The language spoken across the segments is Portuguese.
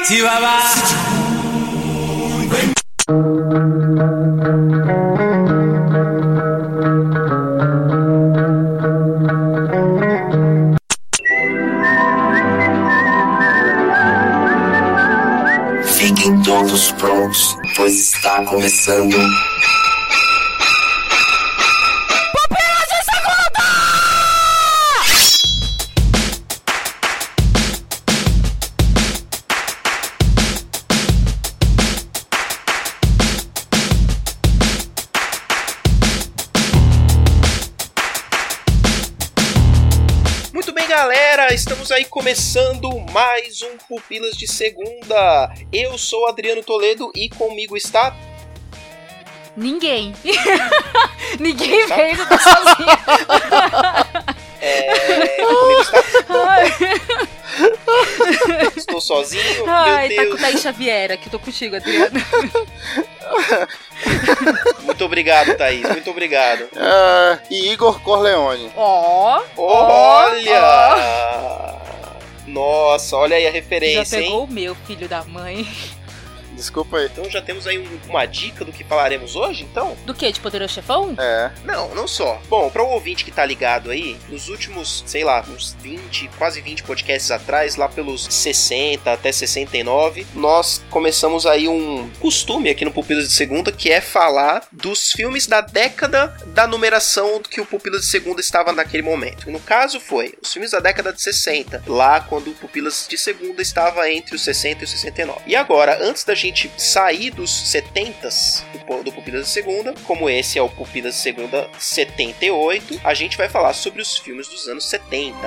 Fiquem todos prontos, pois está começando. Galera, estamos aí começando mais um Pupilas de Segunda. Eu sou Adriano Toledo e comigo está... Ninguém. Ninguém veio, eu tô sozinha. Comigo está... Estou sozinho, ai, meu tá Deus. com o Thaís Xavier aqui, tô contigo, Adriano. Muito obrigado, Thaís, muito obrigado. E Igor Corleone. Olha! Nossa, olha aí a referência, já pegou hein? o meu, filho da mãe. Desculpa aí. Então já temos aí uma dica do que falaremos hoje, então? Do que? De Poderoso Chefão? É. Não só. Bom, para o ouvinte que tá ligado aí, nos últimos, sei lá, uns 20, quase 20 podcasts atrás, lá pelos 60 até 69, nós começamos aí um costume aqui no Pupilas de Segunda, que é falar dos filmes da década da numeração que o Pupilas de Segunda estava naquele momento. No caso foi os filmes da década de 60, lá quando o Pupilas de Segunda estava entre os 60 e os 69. E agora, antes da gente sair dos 70s do Pupilas de Segunda, como esse é o Pupilas de Segunda 78, a gente vai falar sobre os filmes dos anos 70.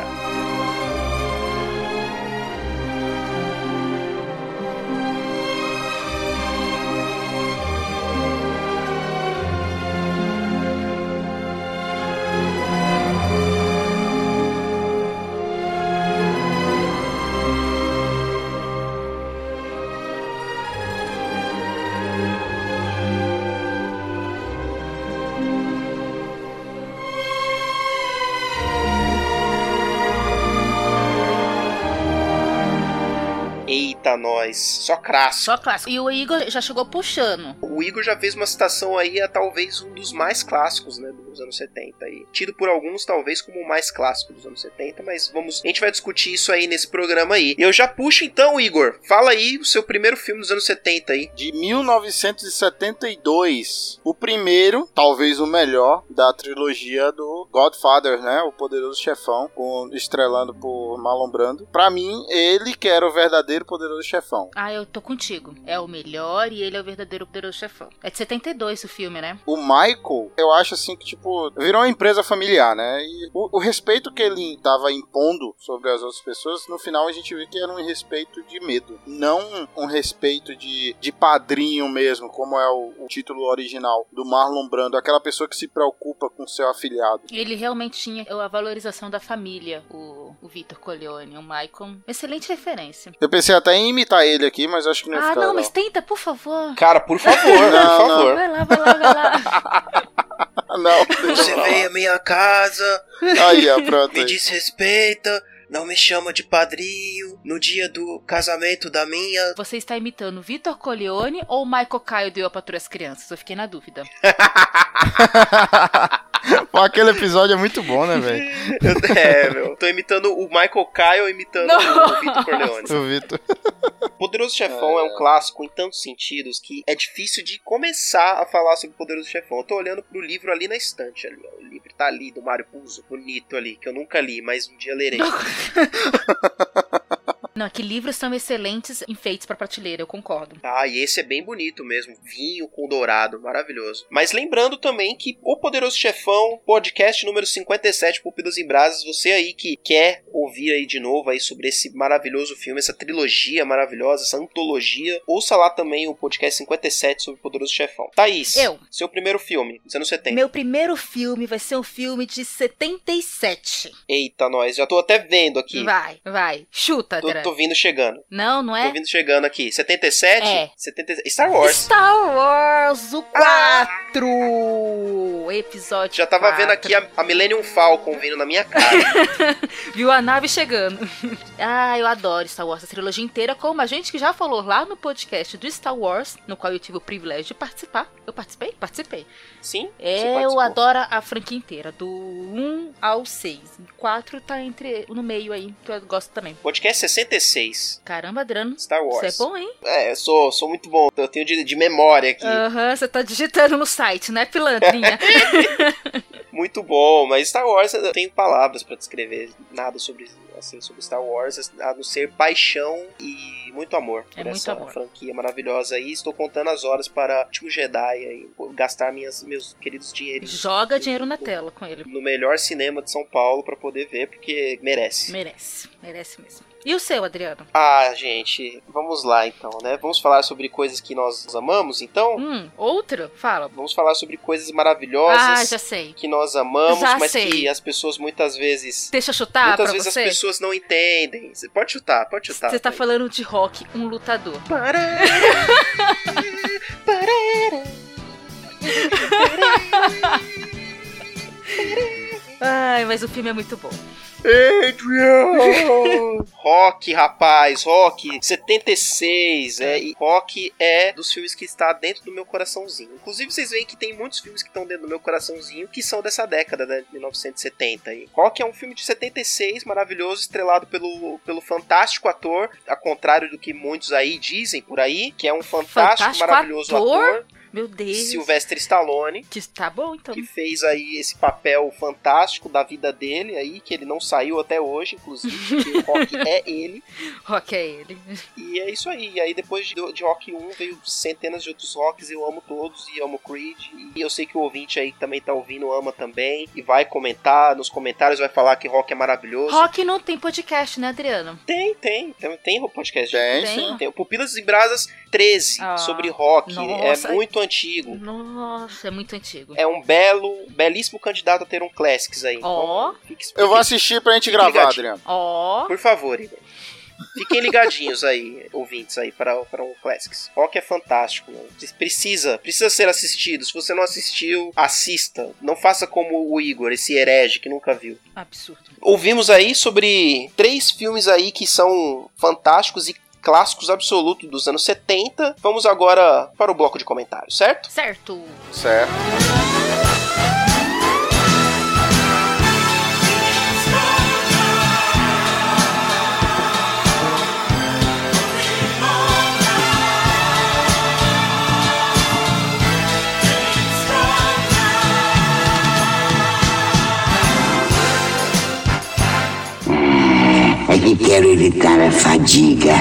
Eita, nós. Só crasso. Só clássico. E o Igor já chegou puxando. O Igor já fez uma citação aí a talvez um dos mais clássicos, né, dos anos 70 aí. Tido por alguns talvez como o mais clássico dos anos 70, mas a gente vai discutir isso aí nesse programa aí. Eu já puxo então, Igor. Fala aí o seu primeiro filme dos anos 70 aí. De 1972. O primeiro, talvez o melhor, da trilogia do Godfather, né? O Poderoso Chefão, estrelando por Marlon Brando. Pra mim, ele que era o verdadeiro Poderoso Chefão. Ah, eu tô contigo. É o melhor e ele é o verdadeiro Poderoso Chefão. É de 72 o filme, né? O Michael, eu acho assim que, tipo, virou uma empresa familiar, né? E o respeito que ele tava impondo sobre as outras pessoas, no final a gente viu que era um respeito de medo. Não um respeito de padrinho mesmo, como é o título original do Marlon Brando. Aquela pessoa que se preocupa com seu afilhado. Ele realmente tinha a valorização da família, o Vitor Corleone, o Michael. Excelente referência. Eu pensei até em imitar ele aqui, mas acho que não ia ficar legal. Mas tenta, por favor. Cara, por favor, por favor. Vai lá. Não, você veio à minha casa, aí, pronto. me desrespeita, não me chama de padrinho, no dia do casamento da minha... Você está imitando Vitor Corleone ou Michael Caio do Eu, Patroa as Crianças? Eu fiquei na dúvida. Pô, aquele episódio é muito bom, né, velho? Meu. Tô imitando o Michael Caio, imitando o Vitor Corleone. O Vitor. Poderoso Chefão é um clássico em tantos sentidos que é difícil de começar a falar sobre Poderoso Chefão. Eu tô olhando pro livro ali na estante, ali, ó. O livro tá ali, do Mário Puzo, bonito ali, que eu nunca li, mas um dia lerei. Não, que livros são excelentes enfeites pra prateleira, eu concordo. Ah, e esse é bem bonito mesmo. Vinho com dourado, maravilhoso. Mas lembrando também que o Poderoso Chefão, podcast número 57, Pupilas em Brasas, você aí que quer ouvir aí de novo aí sobre esse maravilhoso filme, essa trilogia maravilhosa, essa antologia, ouça lá também o podcast 57 sobre o Poderoso Chefão. Thaís, seu primeiro filme, dos anos 70. Meu primeiro filme vai ser um filme de 77. Eita, nós, já tô até vendo aqui. Vai. Chuta, Adriano. Tô vindo chegando. Não é? Tô vindo chegando aqui. 77? É. 77. Star Wars. Star Wars, o 4. Episódio Já tava 4. vendo aqui a Millennium Falcon vindo na minha cara. Viu a nave chegando. Eu adoro Star Wars, a trilogia inteira, como a gente que já falou lá no podcast do Star Wars, no qual eu tive o privilégio de participar. Eu participei? Participei. Sim, eu adoro a franquia inteira, do 1 ao 6. 4 tá no meio aí, que eu gosto também. Podcast 66. Caramba, Adriano. Star Wars. Você é bom, hein? Eu sou muito bom. Eu tenho de memória aqui. Você tá digitando no site, né, pilantrinha? Muito bom, mas Star Wars, eu tenho palavras pra descrever nada sobre Star Wars, a não ser paixão e muito amor por essa franquia maravilhosa aí. Estou contando as horas para o último Jedi aí, gastar meus queridos dinheirinhos. Joga dinheiro na tela com ele. No melhor cinema de São Paulo pra poder ver, porque merece. Merece mesmo. E o seu, Adriano? Gente, vamos lá então, né? Vamos falar sobre coisas que nós amamos, então? Outra? Fala. Vamos falar sobre coisas maravilhosas. Já sei. Que nós amamos, mas sei. Que as pessoas muitas vezes... Deixa eu chutar muitas pra vezes você? As pessoas não entendem. Pode chutar. Você tá falando de Rock, um lutador. Mas o filme é muito bom. Adrian! Rock, rapaz, Rock 76, e Rock é dos filmes que está dentro do meu coraçãozinho. Inclusive vocês veem que tem muitos filmes que estão dentro do meu coraçãozinho que são dessa década, né, de 1970. E Rock é um filme de 76, maravilhoso, estrelado pelo fantástico ator, ao contrário do que muitos aí dizem por aí, que é um fantástico maravilhoso ator. Meu Deus. Sylvester Stallone. Que tá bom, então. Que fez aí esse papel fantástico da vida dele aí, que ele não saiu até hoje, inclusive, porque o Rock é ele. Rock é ele. E é isso aí. E aí depois de Rock 1 veio centenas de outros Rocks, eu amo todos e amo Creed. E eu sei que o ouvinte aí que também tá ouvindo ama também. E vai comentar nos comentários, vai falar que Rock é maravilhoso. Rock não tem podcast, né, Adriano? Tem podcast. Tem o Pupilas em Brasas 13, sobre Rock. Nossa, é muito antigo. Nossa, é muito antigo. É um belíssimo candidato a ter um Classics aí. Então, eu vou assistir pra gente gravar, Adriano. Por favor, Igor. Fiquem ligadinhos aí, ouvintes aí, para um Classics. Rock é fantástico, né? Precisa ser assistido. Se você não assistiu, assista. Não faça como o Igor, esse herege que nunca viu. Absurdo. Ouvimos aí sobre 3 filmes aí que são fantásticos e clássicos absolutos dos anos 70. Vamos agora para o bloco de comentários, certo? Certo. É que quero evitar a fadiga.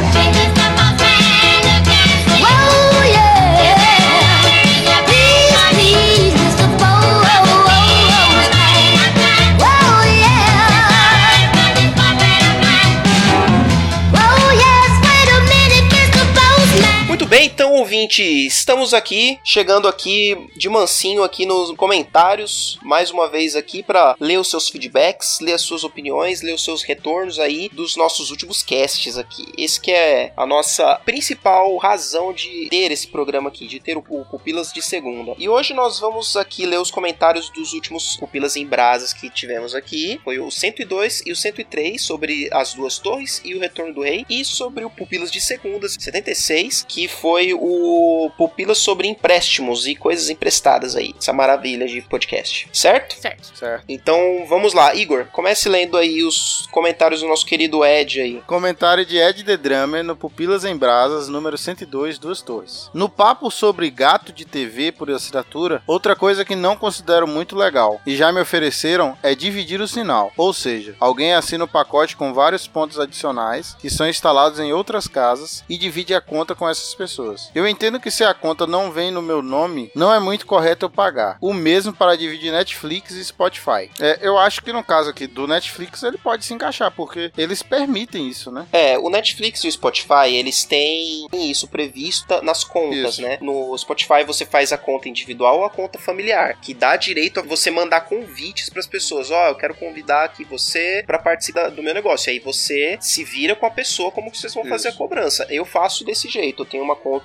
Muito bem, então, ouvinte, estamos aqui, chegando aqui de mansinho aqui nos comentários, mais uma vez aqui para ler os seus feedbacks, ler as suas opiniões, ler os seus retornos aí dos nossos últimos casts aqui. Esse que é a nossa principal razão de ter esse programa aqui, de ter o Pupilas de Segunda. E hoje nós vamos aqui ler os comentários dos últimos Pupilas em Brasas que tivemos aqui. Foi o 102 e o 103 sobre as Duas Torres e o Retorno do Rei, e sobre o Pupilas de Segundas 76, que foi o Pupilas sobre empréstimos e coisas emprestadas aí. Essa maravilha de podcast. Certo? Certo. Então vamos lá. Igor, comece lendo aí os comentários do nosso querido Ed aí. Comentário de Ed The Drummer no Pupilas em Brasas, número 102, Duas Torres. No papo sobre gato de TV por assinatura, outra coisa que não considero muito legal e já me ofereceram é dividir o sinal. Ou seja, alguém assina o pacote com vários pontos adicionais que são instalados em outras casas e divide a conta com essas pessoas. Eu entendo que se a conta não vem no meu nome, não é muito correto eu pagar. O mesmo para dividir Netflix e Spotify. Eu acho que no caso aqui do Netflix ele pode se encaixar, porque eles permitem isso, né? O Netflix e o Spotify, eles têm isso previsto nas contas, isso, né? No Spotify você faz a conta individual ou a conta familiar, que dá direito a você mandar convites para as pessoas. Eu quero convidar aqui você para participar do meu negócio. Aí você se vira com a pessoa como que vocês vão fazer a cobrança. Eu faço desse jeito. Eu tenho uma conta de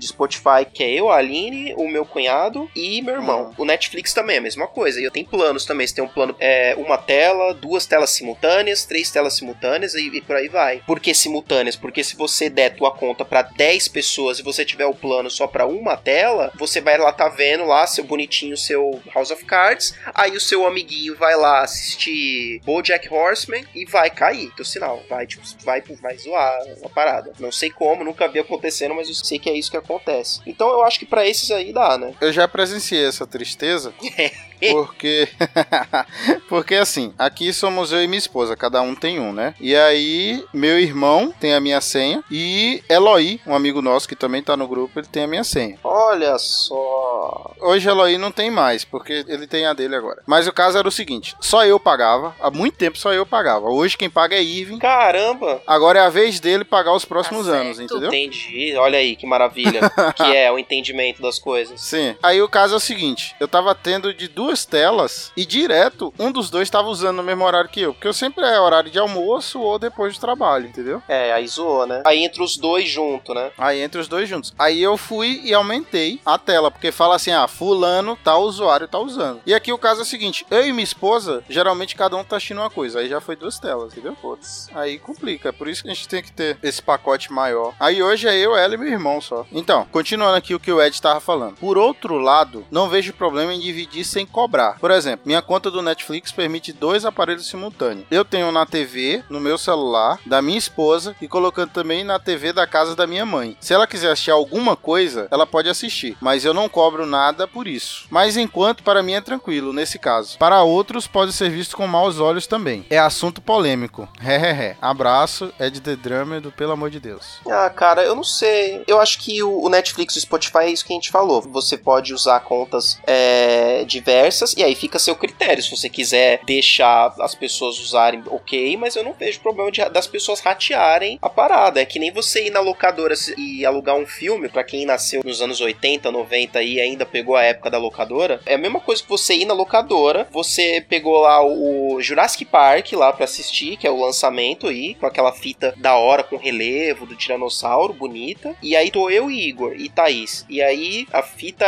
Spotify, que é eu, a Aline, o meu cunhado e meu irmão. O Netflix também é a mesma coisa. E eu tenho planos também. Você tem um plano, uma tela, 2 telas simultâneas, 3 telas simultâneas e por aí vai. Por que simultâneas? Porque se você der tua conta pra 10 pessoas e você tiver o plano só pra uma tela, você vai lá tá vendo lá seu bonitinho, seu House of Cards, aí o seu amiguinho vai lá assistir BoJack Horseman e vai cair teu sinal. Vai, tipo, vai zoar a parada. Não sei como, nunca vi acontecendo, mas eu sei que é isso que acontece. Então eu acho que pra esses aí dá, né? Eu já presenciei essa tristeza. Porque assim, aqui somos eu e minha esposa, cada um tem um, né? E aí, meu irmão tem a minha senha e Eloy, um amigo nosso que também tá no grupo, ele tem a minha senha. Olha só. Hoje Eloy não tem mais, porque ele tem a dele agora. Mas o caso era o seguinte, só eu pagava, há muito tempo só eu pagava. Hoje quem paga é Irving. Caramba! Agora é a vez dele pagar os próximos anos, entendeu? Entendi, olha aí que maravilha, que é o entendimento das coisas. Sim, aí o caso é o seguinte, eu tava tendo de 2 telas e direto um dos dois tava usando no mesmo horário que eu, porque eu sempre é horário de almoço ou depois do trabalho, entendeu? Aí zoou, né? Aí entre os dois juntos, né? Aí entre os dois juntos. Aí eu fui e aumentei a tela, porque fala assim, fulano, tal usuário tá usando. E aqui o caso é o seguinte, eu e minha esposa, geralmente cada um tá assistindo uma coisa, aí já foi 2 telas, entendeu? Putz, aí complica, por isso que a gente tem que ter esse pacote maior. Aí hoje é eu, ela e meu irmão só. Então, continuando aqui o que o Ed tava falando. Por outro lado, não vejo problema em dividir sem cobrar. Por exemplo, minha conta do Netflix permite 2 aparelhos simultâneos. Eu tenho na TV, no meu celular, da minha esposa e colocando também na TV da casa da minha mãe. Se ela quiser assistir alguma coisa, ela pode assistir, mas eu não cobro nada por isso. Mas enquanto para mim é tranquilo, nesse caso. Para outros pode ser visto com maus olhos também. É assunto polêmico. Abraço, Ed The Drummer do Pelo Amor de Deus. Cara, eu não sei. Eu acho que o Netflix e o Spotify é isso que a gente falou. Você pode usar contas diversas e aí fica a seu critério. Se você quiser deixar as pessoas usarem, ok, mas eu não vejo problema das pessoas ratearem a parada. É que nem você ir na locadora e alugar um filme, pra quem nasceu nos anos 80, 90 e ainda pegou a época da locadora, é a mesma coisa que você ir na locadora, você pegou lá o Jurassic Park lá pra assistir, que é o lançamento aí, com aquela fita da hora, com relevo do tiranossauro, bonita, e aí tô eu e Igor e Thaís, e aí a fita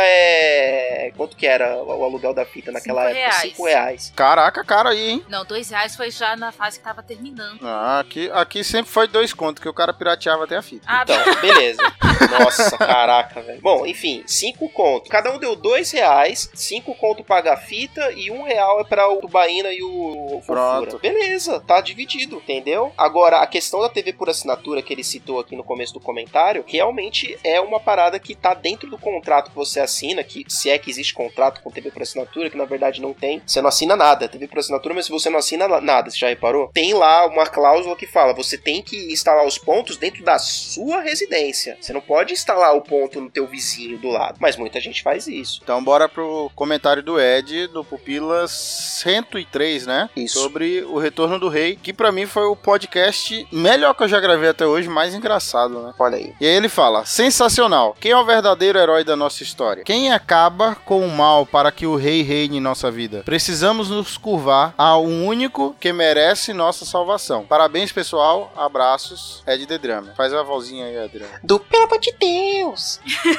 quanto que era o aluguel da fita naquela época? R$5. Caraca, cara aí, hein? Não, R$2 foi já na fase que tava terminando. Aqui sempre foi 2 contos, que o cara pirateava até a fita. Então, beleza. Nossa, caraca, velho. Bom, enfim, 5 conto. Cada um deu R$2, 5 conto paga a fita e R$1 é pra o Tubaína e o Fofura. Pronto. Beleza, tá dividido, entendeu? Agora, a questão da TV por assinatura que ele citou aqui no começo do comentário, realmente é uma parada que tá dentro do contrato que você assina, que se é que existe contrato com TV por assinatura, que na verdade não tem, você não assina nada, TV por assinatura, mas se você não assina nada, você já reparou? Tem lá uma cláusula que fala, você tem que instalar os pontos dentro da sua residência. Você não pode instalar o ponto no teu vizinho do lado, mas muita gente faz isso. Então bora pro comentário do Ed, do Pupila 103, né? Isso. Sobre o Retorno do Rei, que pra mim foi o podcast melhor que eu já gravei até hoje, mais engraçado, né? Olha aí. E aí ele fala, sensacional, quem é o verdadeiro herói da nossa história? Quem acaba com o mal para que o rei reine em nossa vida? Precisamos nos curvar ao único que merece nossa salvação. Parabéns, pessoal, abraços, Ed The Drummer. Faz a vozinha aí, Adriano. Do pelo amor de Deus!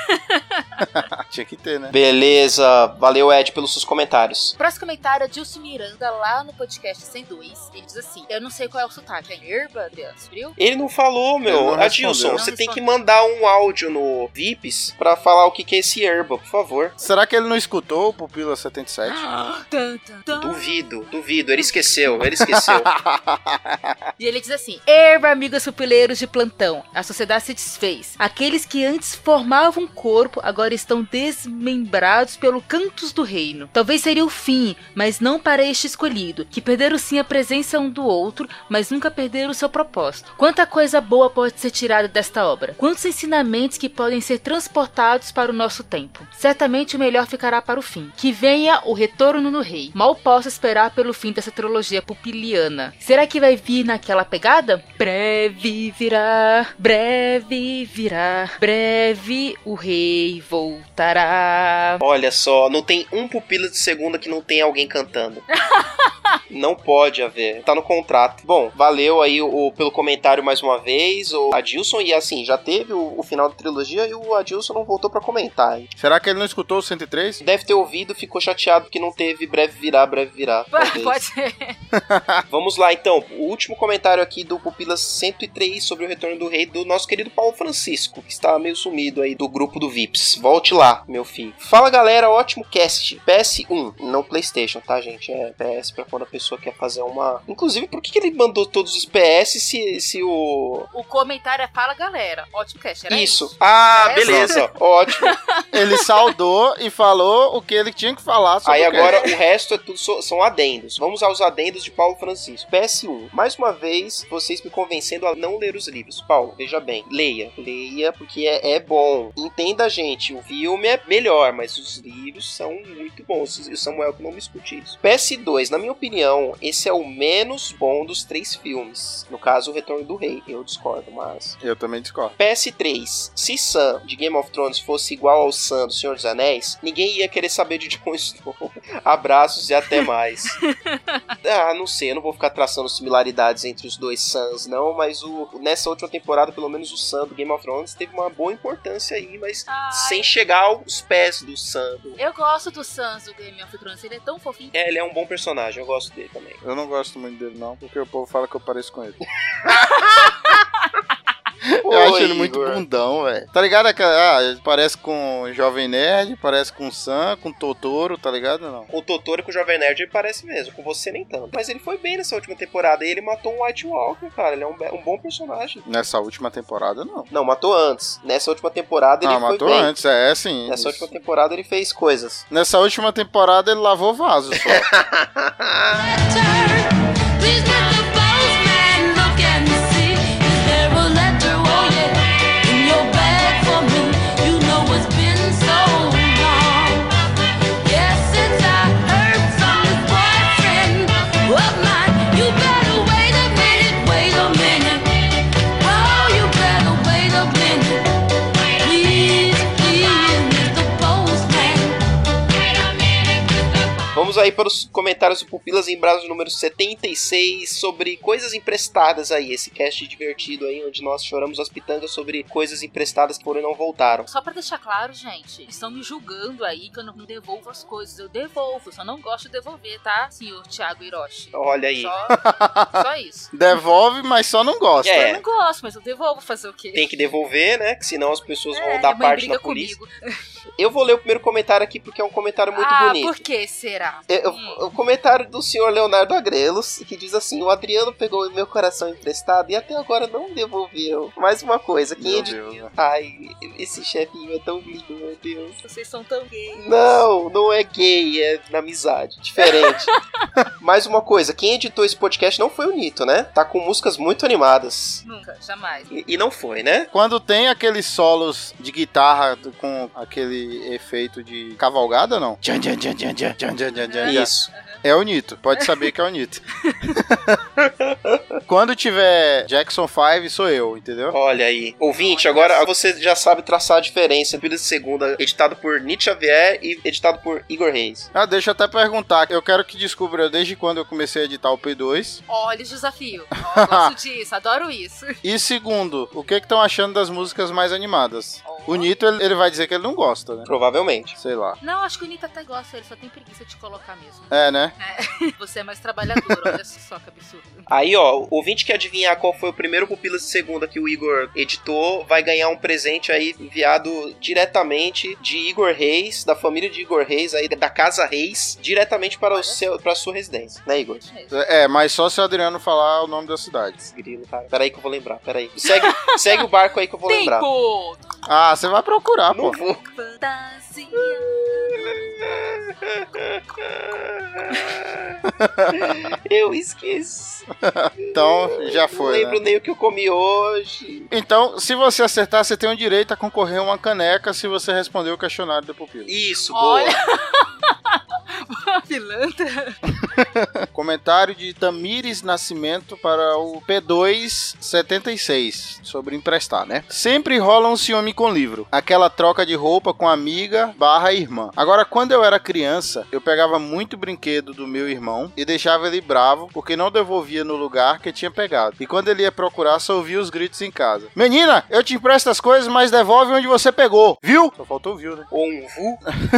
Tinha que ter, né? Beleza, valeu Ed pelos seus comentários. O próximo comentário é Dilson Miranda, lá no podcast 102. Ele diz assim, eu não sei qual é o sotaque, é Herba, Adriano, viu? Ele não falou, Ele meu. não Adilson, respondeu. você Não tem que respondeu. mandar um áudio no Vips pra falar o que é esse Herba, por favor. Será que ele não escutou o Pupila 77? Duvido, ele esqueceu. E ele diz assim, Herba, amigos pupileiros de plantão, a sociedade se desfez. Aqueles que antes formavam um corpo, agora estão desmembrados pelo cantos do reino. Talvez seria o fim, mas não para este escolhido, que perderam sim a presença um do outro, mas nunca perderam o seu propósito. Quanta coisa boa pode ser tirada desta obra. Quantos ensinamentos que podem ser transportados para o nosso tempo. Certamente o melhor ficará para o fim. Que venha o retorno do rei. Mal posso esperar pelo fim dessa trilogia pupiliana. Será que vai vir naquela pegada? Breve virá, breve virá, breve o rei voltará. Olha só, não tem um Pupilas de Segunda que não tem alguém cantando. Não pode haver. Tá no contrato. Bom, valeu aí pelo comentário mais uma vez, o Adilson. E assim, já teve o final da trilogia e o Adilson não voltou pra comentar, hein? Será que ele não escutou o 103? Deve ter ouvido, ficou chateado porque não teve breve virar. Pode ser. Vamos lá, então. O último comentário aqui do Pupilas 103 sobre o Retorno do Rei, do nosso querido Paulo Francisco, que está meio sumido aí do grupo do Vips. Volte lá, meu filho. Fala, galera, ótimo cast. PS1, não PlayStation, tá, gente? É PS pra quando a pessoa quer fazer uma... Inclusive, por que ele mandou todos os PS se o... O comentário é fala, galera. Ótimo cast, era isso. Ah, beleza. Ótimo. Ele saudou e falou o que ele tinha que falar sobre aí o agora cast. o resto é tudo são adendos. Vamos aos adendos de Paulo Francisco. PS1. Mais uma vez, vocês me convencendo a não ler os livros. Paulo, veja bem. Leia, porque é bom. Entenda, gente. O filme é melhor, mas os livros são muito bons. E o Samuel que não me escute isso. PS2. Na minha opinião, esse é o menos bom dos 3 filmes. No caso, o Retorno do Rei. Eu discordo, mas... Eu também discordo. PS3. Se Sam, de Game of Thrones, fosse igual ao Sam do Senhor dos Anéis, ninguém ia querer saber de Jon Snow. Abraços e até mais. Não sei, eu não vou ficar traçando similaridades entre os dois Sams, não, mas nessa última temporada, pelo menos o Sam do Game of Thrones teve uma boa importância aí, mas sem chegar aos pés do Sam. Eu gosto do Sans do Game of Thrones, ele é tão fofinho. Ele é um bom personagem, eu gosto dele também. Eu não gosto muito dele, não, porque o povo fala que eu pareço com ele. Eu acho ele muito bundão, velho. Tá ligado? Ele parece com o Jovem Nerd, parece com o Sam, com o Totoro, tá ligado? Não. Com o Totoro e com o Jovem Nerd ele parece mesmo, com você nem tanto. Mas ele foi bem nessa última temporada e ele matou um White Walker, cara. Ele é um bom personagem. Nessa última temporada, não. Não, matou antes. Nessa última temporada ele foi matou bem. Antes, sim. Nessa última temporada ele fez coisas. Nessa última temporada ele lavou vaso só. Vamos aí para os comentários do Pupilas em Brasa número 76 sobre coisas emprestadas aí, esse cast divertido aí, onde nós choramos as pitangas sobre coisas emprestadas que foram e não voltaram. Só pra deixar claro, gente, estão me julgando aí que eu não devolvo as coisas. Eu devolvo, só não gosto de devolver, tá, senhor Thiago Hiroshi? Olha aí. Só isso. Devolve, mas só não gosta. Eu não gosto, mas eu devolvo, fazer o quê? Tem que devolver, né, que senão as pessoas vão dar parte na polícia. Comigo. Eu vou ler o primeiro comentário aqui porque é um comentário muito bonito. Por que será? O comentário do senhor Leonardo Agrelos, que diz assim: o Adriano pegou meu coração emprestado e até agora não devolveu. Mais uma coisa, quem editou? Ai, esse chefinho é tão lindo, meu Deus. Vocês são tão gays. Não é gay, é na amizade, diferente. Mais uma coisa, quem editou esse podcast não foi o Nito, né? Tá com músicas muito animadas. Nunca, jamais. E não foi, né? Quando tem aqueles solos de guitarra com aquele efeito de cavalgada, não? Isso. É o Nito, pode saber que é o Nito. Quando tiver Jackson 5, sou eu, entendeu? Olha aí. Ouvinte, agora você já sabe traçar a diferença. Pila de Segunda, editado por Nietzsche Xavier e editado por Igor Reis. Deixa eu até perguntar. Eu quero que descubra desde quando eu comecei a editar o P2. Olha o desafio. Gosto disso, adoro isso. E segundo, o que estão achando das músicas mais animadas? O Nito, ele vai dizer que ele não gosta, né? Provavelmente. Sei lá. Não, acho que o Nito até gosta, ele só tem preguiça de colocar mesmo. É, né? Você é mais trabalhador, olha só que absurdo. Aí, ó, o ouvinte que adivinhar qual foi o primeiro Pupilas de Segunda que o Igor editou, vai ganhar um presente aí enviado diretamente de Igor Reis, da família de Igor Reis, aí da Casa Reis, diretamente para a sua residência, né, Igor? Mas só se o Adriano falar o nome da cidade. Grilo, cara. Peraí que eu vou lembrar, peraí. Segue o barco aí que eu vou lembrar. Você vai procurar, não pô. Vou. Fantasia. Eu esqueci. Então, já foi, não lembro, né? Nem o que eu comi hoje. Então, se você acertar, você tem o direito a concorrer a uma caneca se você responder o questionário do Pupilo. Isso, boa. Pilantra. Comentário de Tamires Nascimento para o P276, sobre emprestar, né? Sempre rola um ciúme com livro. Aquela troca de roupa com amiga / irmã. Agora, quando eu era criança, eu pegava muito brinquedo do meu irmão e deixava ele bravo porque não devolvia no lugar que tinha pegado. E quando ele ia procurar, só ouvia os gritos em casa. Menina, eu te empresto as coisas, mas devolve onde você pegou. Viu? Só faltou viu, né? Ou um vu.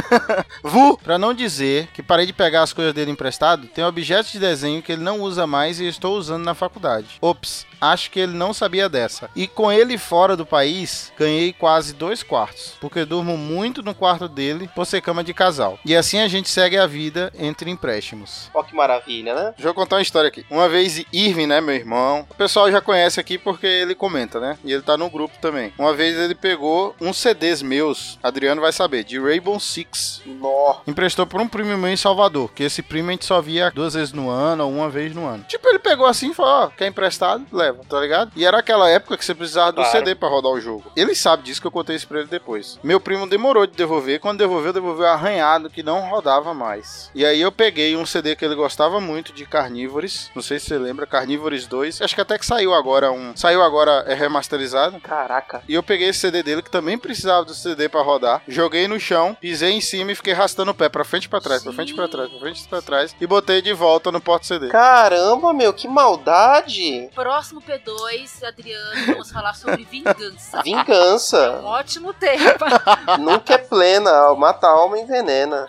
Vu, pra não dizer que parei de pegar as coisas dele emprestado, tem objetos de desenho que ele não usa mais e estou usando na faculdade. Ops, acho que ele não sabia dessa. E com ele fora do país, ganhei quase 2 quartos, porque durmo muito no quarto dele por ser cama de casal. E assim a gente segue a vida entre empréstimos. Ó que maravilha, né? Deixa eu contar uma história aqui. Uma vez, Irving, né, meu irmão, o pessoal já conhece aqui porque ele comenta, né? E ele tá no grupo também. Uma vez ele pegou uns CDs meus, Adriano vai saber, de Rainbow Six. Nó. Emprestou por um primo meu em Salvador, que esse primo a gente só via 2 vezes no ano ou 1 vez no ano. Tipo, ele pegou assim e falou, ó, quer emprestado? Leva, tá ligado? E era aquela época que você precisava do CD pra rodar o jogo. Ele sabe disso, que eu contei isso pra ele depois. Meu primo demorou de devolver, quando devolveu arranhado, que não rodava mais. E aí eu peguei um CD que ele gostava muito de Carnivores, não sei se você lembra, Carnivores 2, acho que até que saiu agora é remasterizado. Caraca. E eu peguei esse CD dele, que também precisava do CD pra rodar, joguei no chão, pisei em cima e fiquei arrastando o pé pra frente e pra trás, pra frente e pra trás, pra frente e pra trás, e botei de volta no porta-CD. Caramba, meu, que maldade. Próximo P2, Adriano, vamos falar sobre vingança. Vingança. Um ótimo tema. Nunca é plena, mata a alma e envenena.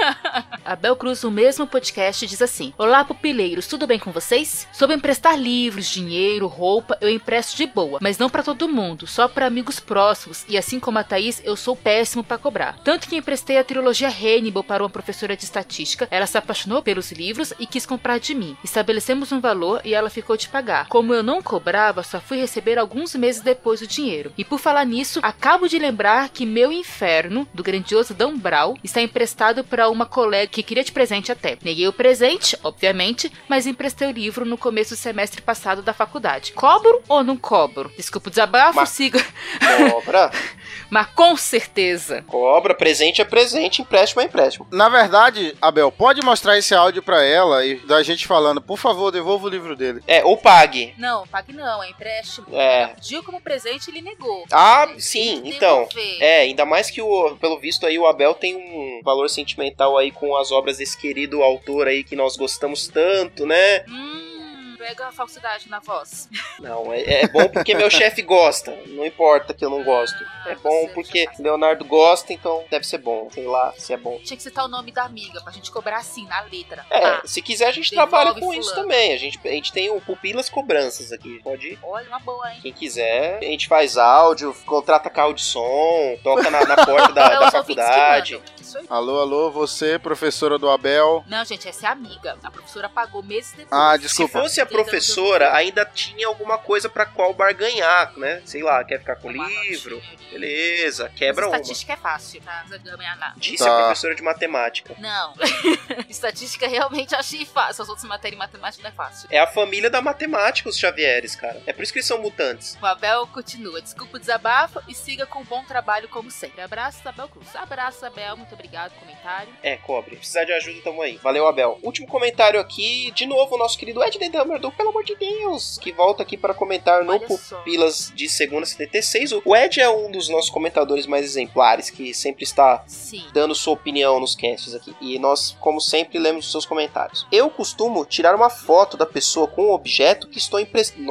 Abel Cruz, no mesmo podcast, diz assim: Olá, pupileiros, tudo bem com vocês? Sobre emprestar livros, dinheiro, roupa, eu empresto de boa, mas não pra todo mundo, só pra amigos próximos, e assim como a Thaís, eu sou péssimo pra cobrar. Tanto que emprestei a trilogia Hannibal para uma professora de estatística, ela se apaixonou pelos livros e quis comprar de mim. Estabelecemos um valor e ela ficou de pagar. Como eu não cobrava, só fui receber alguns meses depois o dinheiro. E por falar nisso, acabo de lembrar que Meu Inferno, do grandioso Dan Brown, está emprestado para uma colega que queria de presente até. Neguei o presente, obviamente, mas emprestei o livro no começo do semestre passado da faculdade. Cobro ou não cobro? Desculpa o desabafo, siga. Cobra. Mas com certeza. Cobra, presente é presente, empréstimo é empréstimo. Na verdade, Abel, pode mostrar esse áudio pra ela e da gente falando, por favor, devolva o livro dele. Ou pague. Não, pague não, é empréstimo. É. Pediu como presente, ele negou. Ah, sim, então. Devolver. Ainda mais que, pelo visto aí, o Abel tem um valor sentimental aí com as obras desse querido autor aí que nós gostamos tanto, né? Pega a falsidade na voz. Não, é bom porque meu chefe gosta. Não importa que eu não gosto. É bom porque Leonardo gosta, então deve ser bom. Sei lá se é bom. Tinha que citar o nome da amiga pra gente cobrar assim, na letra. Se quiser a gente trabalha com isso também. A gente tem o Pupilas Cobranças aqui. Pode ir. Olha, uma boa, hein? Quem quiser, a gente faz áudio, contrata carro de som, toca na porta da faculdade. Alô, você, professora do Abel. Não, gente, essa é a amiga. A professora pagou meses depois. Ah, desculpa. Se fosse a professora, ainda tinha alguma coisa pra qual barganhar, né? Sei lá, quer ficar com o livro? Beleza, quebra uma. Estatística é fácil, tá? Disse a professora de matemática. Não. Estatística realmente achei fácil. As outras matérias em matemática não é fácil. É a família da matemática, os Xavieres, cara. É por isso que eles são mutantes. O Abel continua. Desculpa o desabafo e siga com um bom trabalho como sempre. Abraço, Abel Cruz. Abraço, Abel. Muito obrigado pelo comentário. Cobre. Se precisar de ajuda, tamo aí. Valeu, Abel. Último comentário aqui. De novo, o nosso querido Ed The Dumber do Pelo Amor de Deus, que volta aqui para comentar no Pupilas de segunda 76. O Ed é um dos nossos comentadores mais exemplares, que sempre está dando sua opinião nos casts aqui. E nós, como sempre, lemos os seus comentários. Eu costumo tirar uma foto da pessoa com o objeto que estou emprestando.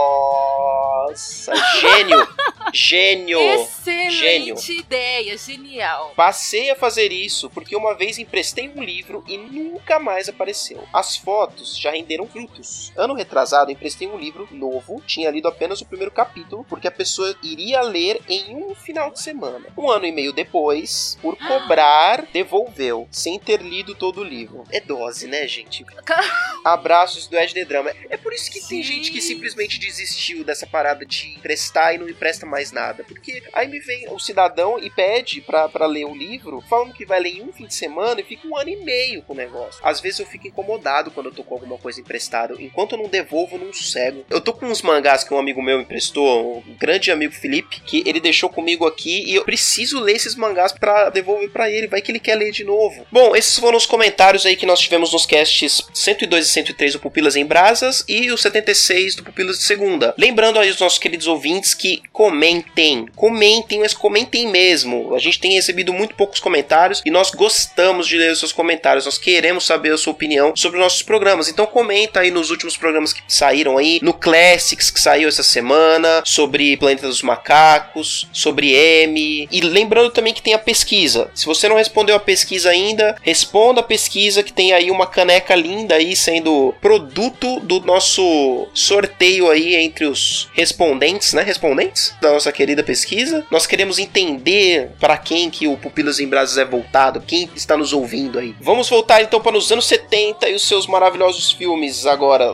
Nossa, gênio! Gênio! Excelente ideia, genial. Passei a fazer isso porque uma vez emprestei um livro e nunca mais apareceu. As fotos já renderam frutos. Ano retrasado, emprestei um livro novo, tinha lido apenas o primeiro capítulo, porque a pessoa iria ler em um final de semana. 1 ano e meio depois, por cobrar, devolveu, sem ter lido todo o livro. É dose, né, gente? Abraços do Ed The Drama. É por isso que tem gente que simplesmente desistiu dessa parada nada, de emprestar e não empresta mais nada. Porque aí me vem o cidadão e pede pra ler o livro, falando que vai ler em um fim de semana e fica 1 ano e meio com o negócio. Às vezes eu fico incomodado quando eu tô com alguma coisa emprestada. Enquanto eu não devolvo, eu não sossego. Eu tô com uns mangás que um amigo meu emprestou, um grande amigo Felipe, que ele deixou comigo aqui e eu preciso ler esses mangás pra devolver pra ele. Vai que ele quer ler de novo. Bom, esses foram os comentários aí que nós tivemos nos casts 102 e 103 do Pupilas em Brasas e o 76 do Pupilas de Segunda. Lembrando aí os nossos queridos ouvintes que comentem, mas comentem mesmo. A gente tem recebido muito poucos comentários e nós gostamos de ler os seus comentários. Nós queremos saber a sua opinião sobre os nossos programas. Então comenta aí nos últimos programas que saíram aí, no Classics que saiu essa semana, sobre Planeta dos Macacos, sobre M. E lembrando também que tem a pesquisa. Se você não respondeu a pesquisa ainda, responda a pesquisa, que tem aí uma caneca linda aí sendo produto do nosso sorteio aí entre os respondentes, né? Respondentes da nossa querida pesquisa. Nós queremos entender para quem que o Pupilas em Brasas é voltado, quem está nos ouvindo aí. Vamos voltar então para os anos 70 e os seus maravilhosos filmes agora.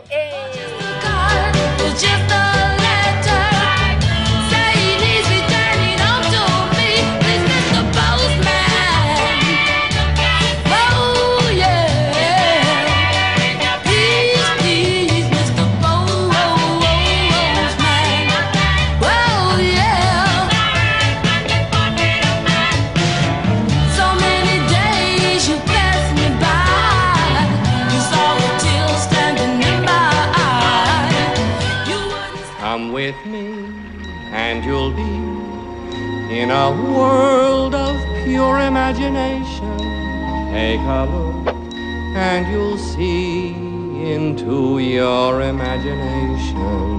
You'll be in a world of pure imagination. Take a look and you'll see into your imagination.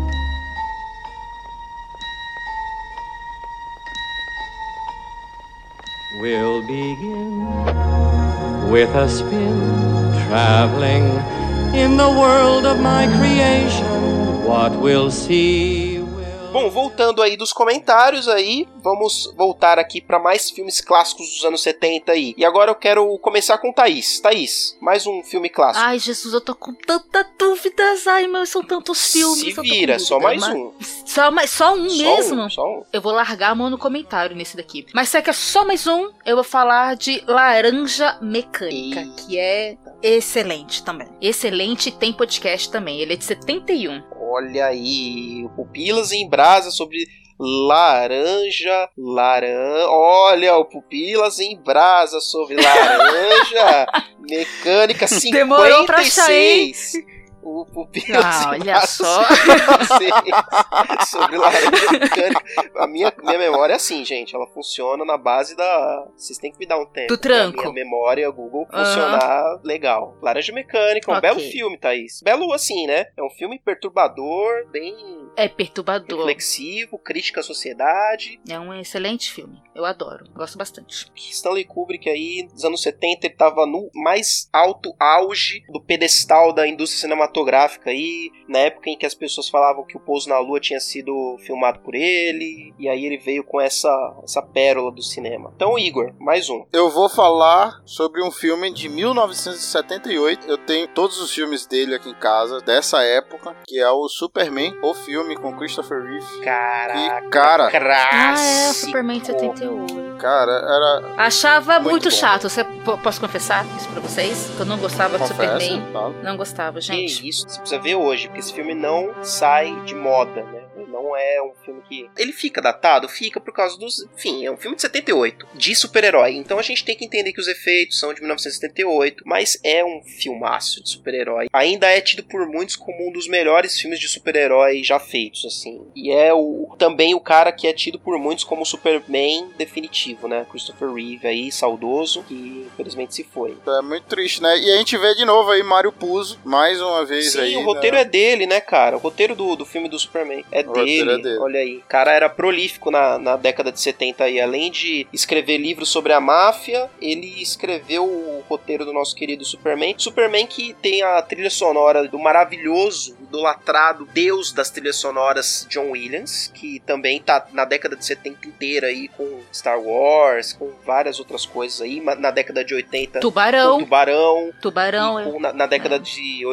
We'll begin with a spin, traveling in the world of my creation. What we'll see. Bom, voltando aí dos comentários aí, vamos voltar aqui para mais filmes clássicos dos anos 70 aí. E agora eu quero começar com Thaís. Thaís, mais um filme clássico. Ai, Jesus, eu tô com tanta dúvidas. Ai, meu, são tantos filmes. Se vira, só mais um. Só um mesmo? Só um. Eu vou largar a mão no comentário nesse daqui. Mas se é que é só mais um, eu vou falar de Laranja Mecânica, que é excelente também. Excelente, tem podcast também. Ele é de 71. Olha aí, o Pupilas em Brasa sobre Laranja. Olha, o Pupilas em Brasa sobre Laranja Mecânica 56. Demorou pra sair. O Pupilas em olha Brasa só. sobre Laranja Mecânica. A minha memória é assim, gente. Ela funciona na base da... Vocês têm que me dar um tempo. Do tranco. Pra minha memória, Google, funcionar legal. Laranja Mecânica, um belo filme, Thaís. Belo assim, né? É um filme perturbador, bem... É perturbador. Reflexivo, crítica à sociedade. É um excelente filme. Eu adoro. Gosto bastante. Stanley Kubrick aí, nos anos 70, ele tava no mais alto auge do pedestal da indústria cinematográfica aí, na época em que as pessoas falavam que o Pouso na Lua tinha sido filmado por ele, e aí ele veio com essa pérola do cinema. Então, Igor, mais um. Eu vou falar sobre um filme de 1978. Eu tenho todos os filmes dele aqui em casa, dessa época, que é o Superman, o filme com Christopher Reeve. Caraca, e, cara, é o Superman de 78. Cara, era... Achava muito bom. chato. Posso confessar isso pra vocês? Que eu não gostava de Superman. Tá. Não gostava, gente. Que isso, você precisa ver hoje, porque esse filme não sai de moda, né? Não é um filme que... Ele fica datado? Fica por causa dos... Enfim, é um filme de 78, de super-herói. Então a gente tem que entender que os efeitos são de 1978, mas é um filmaço de super-herói. Ainda é tido por muitos como um dos melhores filmes de super-herói já feitos, assim. E é também o cara que é tido por muitos como o Superman definitivo, né? Christopher Reeve aí, saudoso, que infelizmente se foi. É muito triste, né? E a gente vê de novo aí Mário Puzo, mais uma vez. Sim, aí. O roteiro é dele, né, cara? O roteiro do filme do Superman é dele. Olha aí. O cara era prolífico na década de 70 aí. Além de escrever livros sobre a máfia, ele escreveu o roteiro do nosso querido Superman. Superman que tem a trilha sonora do maravilhoso, idolatrado deus das trilhas sonoras John Williams, que também tá na década de 70 inteira aí com Star Wars, com várias outras coisas aí. Na década de 80 Tubarão. Tubarão. Tubarão, na década de 80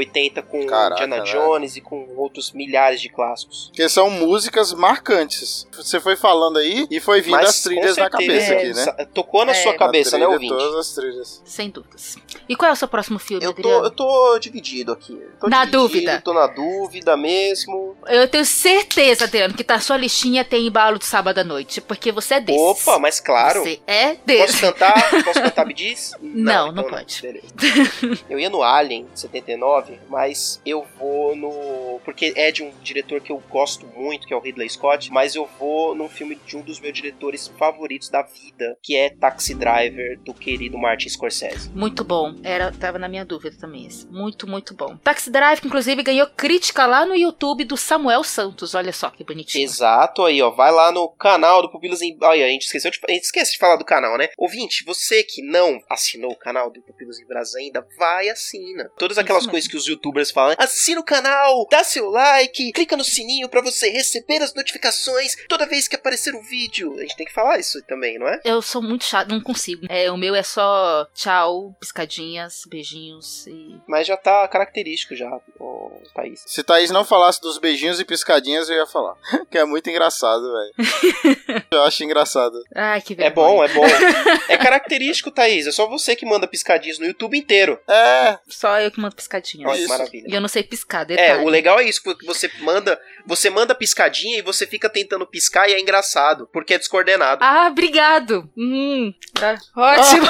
com Indiana Jones e com outros milhares de clássicos. Que são músicas marcantes. Você foi falando aí e foi vindo as trilhas na cabeça aqui, né? Tocou na sua cabeça, né, ouvinte? Todas as trilhas. Sem dúvidas. E qual é o seu próximo filme, eu Adriano? tô dividido aqui. Dúvida. Tô na dúvida mesmo. Eu tenho certeza, Adriano, que tá sua listinha tem embalo de sábado à noite, porque você é desses. Opa, mas claro. Você é desses. Posso cantar Bidis? Não então pode. Beleza. Eu ia no Alien 79, mas eu vou no... Porque é de um diretor que eu gosto muito, que é o Ridley Scott, mas eu vou num filme de um dos meus diretores favoritos da vida, que é Taxi Driver, do querido Martin Scorsese. Muito bom. Tava na minha dúvida também esse. Muito, muito bom. Taxi Driver, que inclusive ganhou crítica lá no YouTube do Samuel Santos. Olha só que bonitinho. Exato, aí ó. Vai lá no canal do Pupilas em... Olha, a gente esquece de falar do canal, né? Ouvinte, você que não assinou o canal do Pupilas em Brasa ainda, vai e assina. Todas aquelas coisas que os youtubers falam. Assina o canal, dá seu like, clica no sininho pra você receber as notificações toda vez que aparecer um vídeo. A gente tem que falar isso também, não é? Eu sou muito chato, não consigo. O meu é só tchau, piscadinhas, beijinhos e... Mas já tá característico já, Thaís. Se Thaís não falasse dos beijinhos e piscadinhas, eu ia falar. Que é muito engraçado, velho. Eu acho engraçado. Ai, que vergonha. É bom. É característico, Thaís. É só você que manda piscadinhas no YouTube inteiro. Só eu que mando piscadinhas. Olha, maravilha. E eu não sei piscar, detalhe. O legal é isso, porque você manda piscadinha e você fica tentando piscar e é engraçado, porque é descoordenado. Ah, obrigado. Tá ótimo.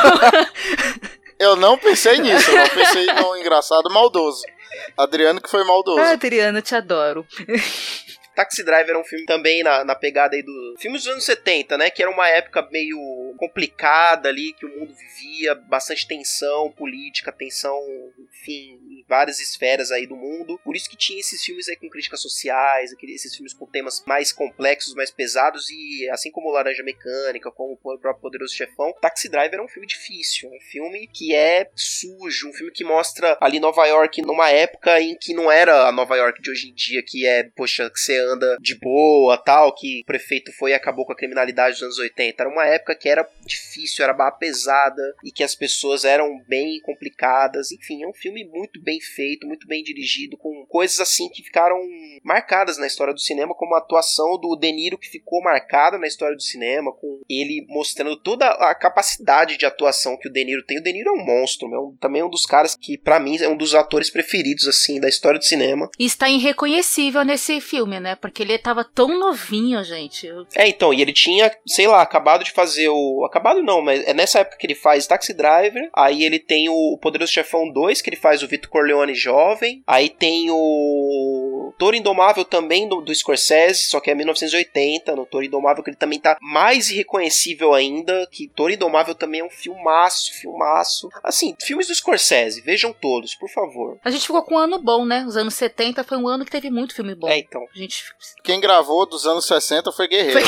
Eu não pensei nisso, eu não pensei no engraçado maldoso. Adriano que foi maldoso. Adriano, eu te adoro. Taxi Driver era um filme também na pegada aí do... Filmes dos anos 70, né? Que era uma época meio complicada ali, que o mundo vivia, bastante tensão política, tensão, enfim, em várias esferas aí do mundo. Por isso que tinha esses filmes aí com críticas sociais, esses filmes com temas mais complexos, mais pesados, e assim como Laranja Mecânica, como o próprio Poderoso Chefão, Taxi Driver é um filme difícil, um filme que é sujo, um filme que mostra ali Nova York numa época em que não era a Nova York de hoje em dia, que é, poxa, que você anda de boa, tal, que o prefeito foi e acabou com a criminalidade dos anos 80. Era uma época que era difícil, era barra pesada, e que as pessoas eram bem complicadas. Enfim, é um filme muito bem feito, muito bem dirigido, com coisas assim que ficaram marcadas na história do cinema, como a atuação do De Niro, que ficou marcada na história do cinema, com ele mostrando toda a capacidade de atuação que o De Niro tem. O De Niro é um monstro, também é um dos caras que, pra mim, é um dos atores preferidos, assim, da história do cinema. E está irreconhecível nesse filme, né? Porque ele tava tão novinho, gente. Então, e ele tinha, sei lá, acabado de fazer Acabado não, mas é nessa época que ele faz Taxi Driver, aí ele tem o Poderoso Chefão 2, que ele faz o Vito Corleone jovem, aí tem o Toro Indomável também do Scorsese, só que é 1980, no Toro Indomável, que ele também tá mais irreconhecível ainda, que Toro Indomável também é um filmaço. Assim, filmes do Scorsese, vejam todos, por favor. A gente ficou com um ano bom, né? Os anos 70 foi um ano que teve muito filme bom. Então. Quem gravou dos anos 60 foi Guerreiro.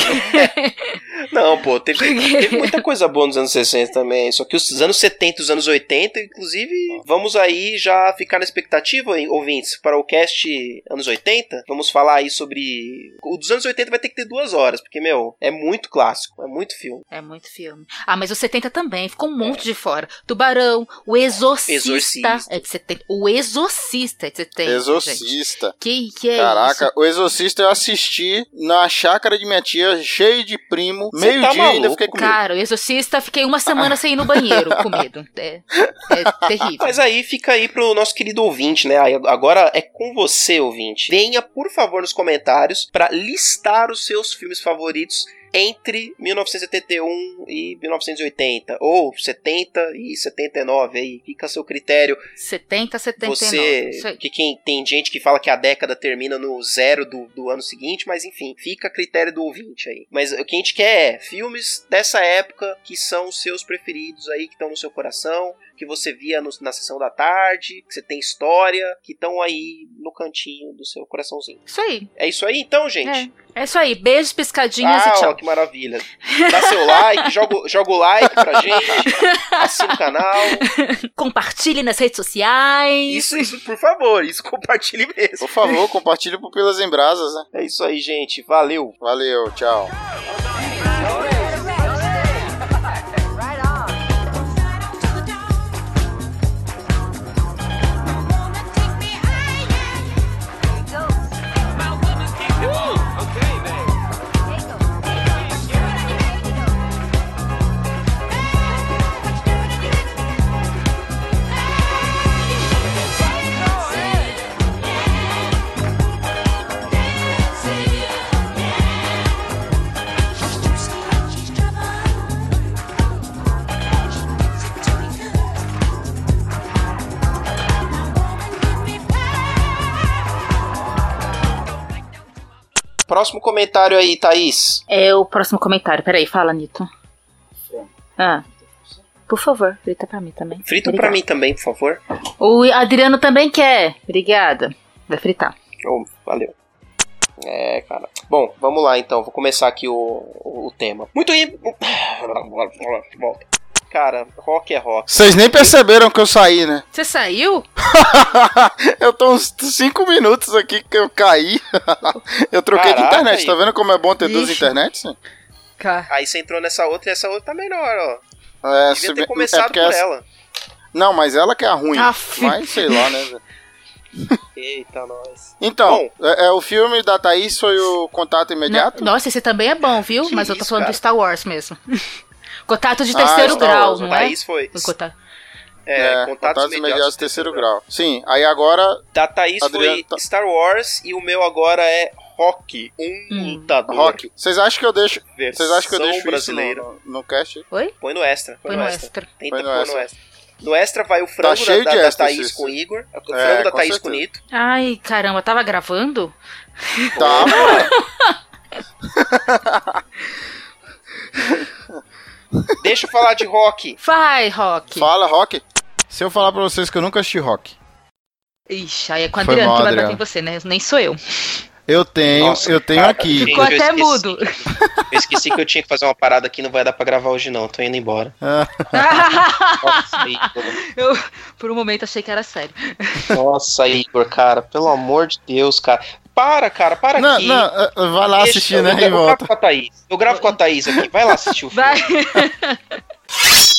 Não, pô, teve muita coisa boa nos anos 60 também, só que os anos 70 e os anos 80, inclusive, vamos aí já ficar na expectativa, ouvintes, para o cast anos 80, vamos falar aí sobre... O dos anos 80 vai ter que ter 2 horas, porque, é muito clássico, é muito filme. É muito filme. Ah, mas os 70 também, ficou um monte de fora. Tubarão, O Exorcista. É de 70. O Exorcista é de 70. Exorcista. Gente. Que é Caraca, isso? O Exorcista eu assisti na chácara de minha tia, cheio de primo, Você meio-dia tá ainda fiquei com medo. Cara, o Exorcista, fiquei uma semana sem ir no banheiro, com medo. É terrível. Mas aí fica aí pro nosso querido ouvinte, né? Agora é com você, ouvinte. Venha, por favor, nos comentários pra listar os seus filmes favoritos entre 1971 e 1980, ou 70 e 79, aí fica a seu critério. 70, 79. Você, que tem gente que fala que a década termina no 0 do ano seguinte, mas enfim, fica a critério do ouvinte aí. Mas o que a gente quer é filmes dessa época que são os seus preferidos aí, que estão no seu coração, que você via na sessão da tarde, que você tem história, que estão aí no cantinho do seu coraçãozinho. Isso aí. É isso aí então, gente? É isso aí. Beijos, piscadinhas e tchau. Que maravilha. Dá seu like, joga o like pra gente, assina o canal. Compartilhe nas redes sociais. Isso, por favor, isso compartilhe mesmo. Por favor, compartilhe pro Pupilas em Brasas, né? É isso aí, gente. Valeu. Valeu, tchau. Próximo comentário aí, Thaís. É o próximo comentário. Peraí, fala, Nito. Por favor, frita pra mim também. Frita pra mim também, por favor. O Adriano também quer. Obrigada. Vai fritar. Oh, valeu. Cara. Bom, vamos lá então. Vou começar aqui o tema. Muito bem. Volta. Cara, rock é rock. Vocês nem perceberam que eu saí, né? Você saiu? Eu tô uns 5 minutos aqui que eu caí. Eu troquei de internet. Tá vendo como é bom ter duas internets? Aí você entrou nessa outra e essa outra tá melhor, ó. Devia ter é começado por ela. Não, mas ela que é a ruim. Mas sei lá, né? Eita, nós. Então, o filme da Thaís foi o Contato Imediato? Nossa, esse também é bom, viu? Que mas eu tô falando cara? do Star Wars mesmo. Contato de terceiro grau, Wars, não a é? Thaís foi. Contato. Contatos Imediatos de terceiro grau. Sim, aí agora... Da Thaís foi Star Wars e o meu agora é Rock, lutador. Rock. Vocês acham que eu deixo brasileira isso no cast? Oi? Põe no extra. Põe no extra. Tenta pôr no extra. No extra vai o frango da Thaís com o Igor. O frango da Thaís com o Nito. Ai, caramba, tava gravando? Deixa eu falar de Rock. Vai, Rock. Fala, Rock. Se eu falar pra vocês que eu nunca assisti Rock. Ixi, aí é com o Adriano que vai bater em você, né? Nem sou eu. Eu tenho cara, aqui. Ficou até mudo. Eu esqueci que eu tinha que fazer uma parada aqui, não vai dar pra gravar hoje não, tô indo embora. Eu, por um momento, achei que era sério. Nossa, Igor, cara, pelo amor de Deus, cara. Para aqui. Não, vai lá assistir, né? E volta. Eu gravo com a Thaís aqui, vai lá assistir o filme. Vai.